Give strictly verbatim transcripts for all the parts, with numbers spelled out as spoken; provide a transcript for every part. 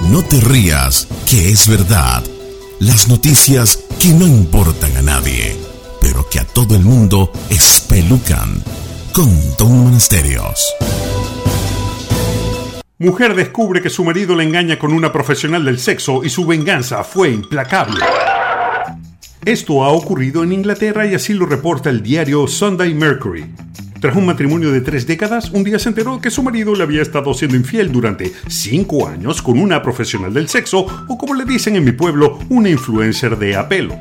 No te rías, que es verdad. Las noticias que no importan a nadie, pero que a todo el mundo espelucan. Con Don Monasterios. Mujer descubre que su marido la engaña con una profesional del sexo y su venganza fue implacable. Esto ha ocurrido en Inglaterra y así lo reporta el diario Sunday Mercury. Tras un matrimonio de tres décadas, un día se enteró que su marido le había estado siendo infiel durante cinco años con una profesional del sexo, o como le dicen en mi pueblo, una influencer de apelo.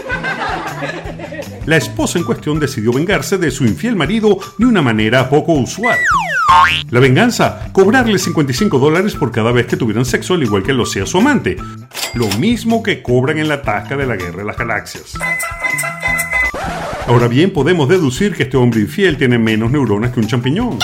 La esposa en cuestión decidió vengarse de su infiel marido de una manera poco usual. La venganza, cobrarle cincuenta y cinco dólares por cada vez que tuvieran sexo, al igual que lo hacía su amante. Lo mismo que cobran en la tasca de la Guerra de las Galaxias. Ahora bien, podemos deducir que este hombre infiel tiene menos neuronas que un champiñón.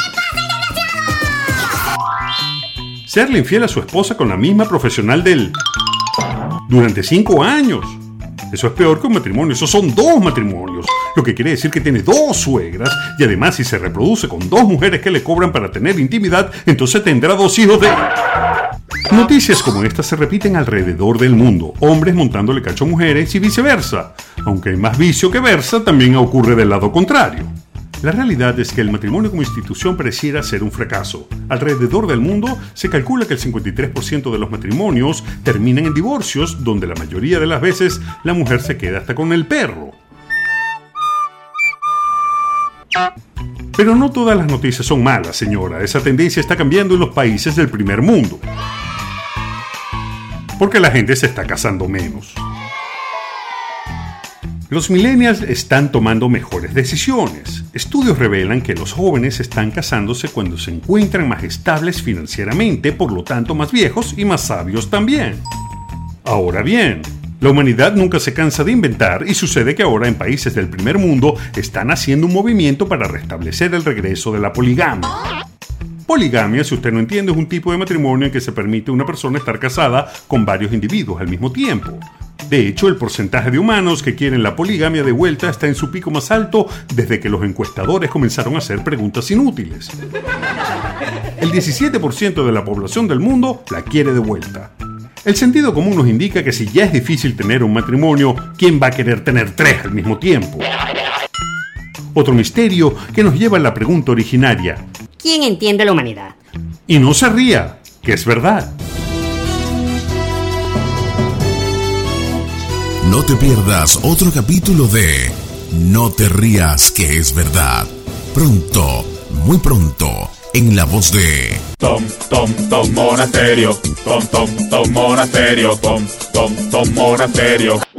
Serle infiel a su esposa con la misma profesional de él durante cinco años. Eso es peor que un matrimonio, esos son dos matrimonios. Lo que quiere decir que tiene dos suegras y además si se reproduce con dos mujeres que le cobran para tener intimidad, entonces tendrá dos hijos de... Noticias como estas se repiten alrededor del mundo, hombres montándole cacho a mujeres y viceversa. Aunque hay más vicio que versa, también ocurre del lado contrario. La realidad es que el matrimonio como institución pareciera ser un fracaso. Alrededor del mundo se calcula que el cincuenta y tres por ciento de los matrimonios terminan en divorcios, donde la mayoría de las veces la mujer se queda hasta con el perro. Pero no todas las noticias son malas, señora. Esa tendencia está cambiando en los países del primer mundo. Porque la gente se está casando menos. Los millennials están tomando mejores decisiones. Estudios revelan que los jóvenes están casándose cuando se encuentran más estables financieramente, por lo tanto más viejos y más sabios también. Ahora bien, la humanidad nunca se cansa de inventar y sucede que ahora en países del primer mundo están haciendo un movimiento para restablecer el regreso de la poligamia. Poligamia, si usted no entiende, es un tipo de matrimonio en que se permite a una persona estar casada con varios individuos al mismo tiempo. De hecho, el porcentaje de humanos que quieren la poligamia de vuelta está en su pico más alto desde que los encuestadores comenzaron a hacer preguntas inútiles. El diecisiete por ciento de la población del mundo la quiere de vuelta. El sentido común nos indica que si ya es difícil tener un matrimonio, ¿quién va a querer tener tres al mismo tiempo? Otro misterio que nos lleva a la pregunta originaria: ¿quién entiende la humanidad? Y no se ría, que es verdad. No te pierdas otro capítulo de No te rías, que es verdad. Pronto, muy pronto, en la voz de Tom, Tom, Tom Monasterio. Tom, Tom, Tom Monasterio. Tom, Tom, Tom Monasterio.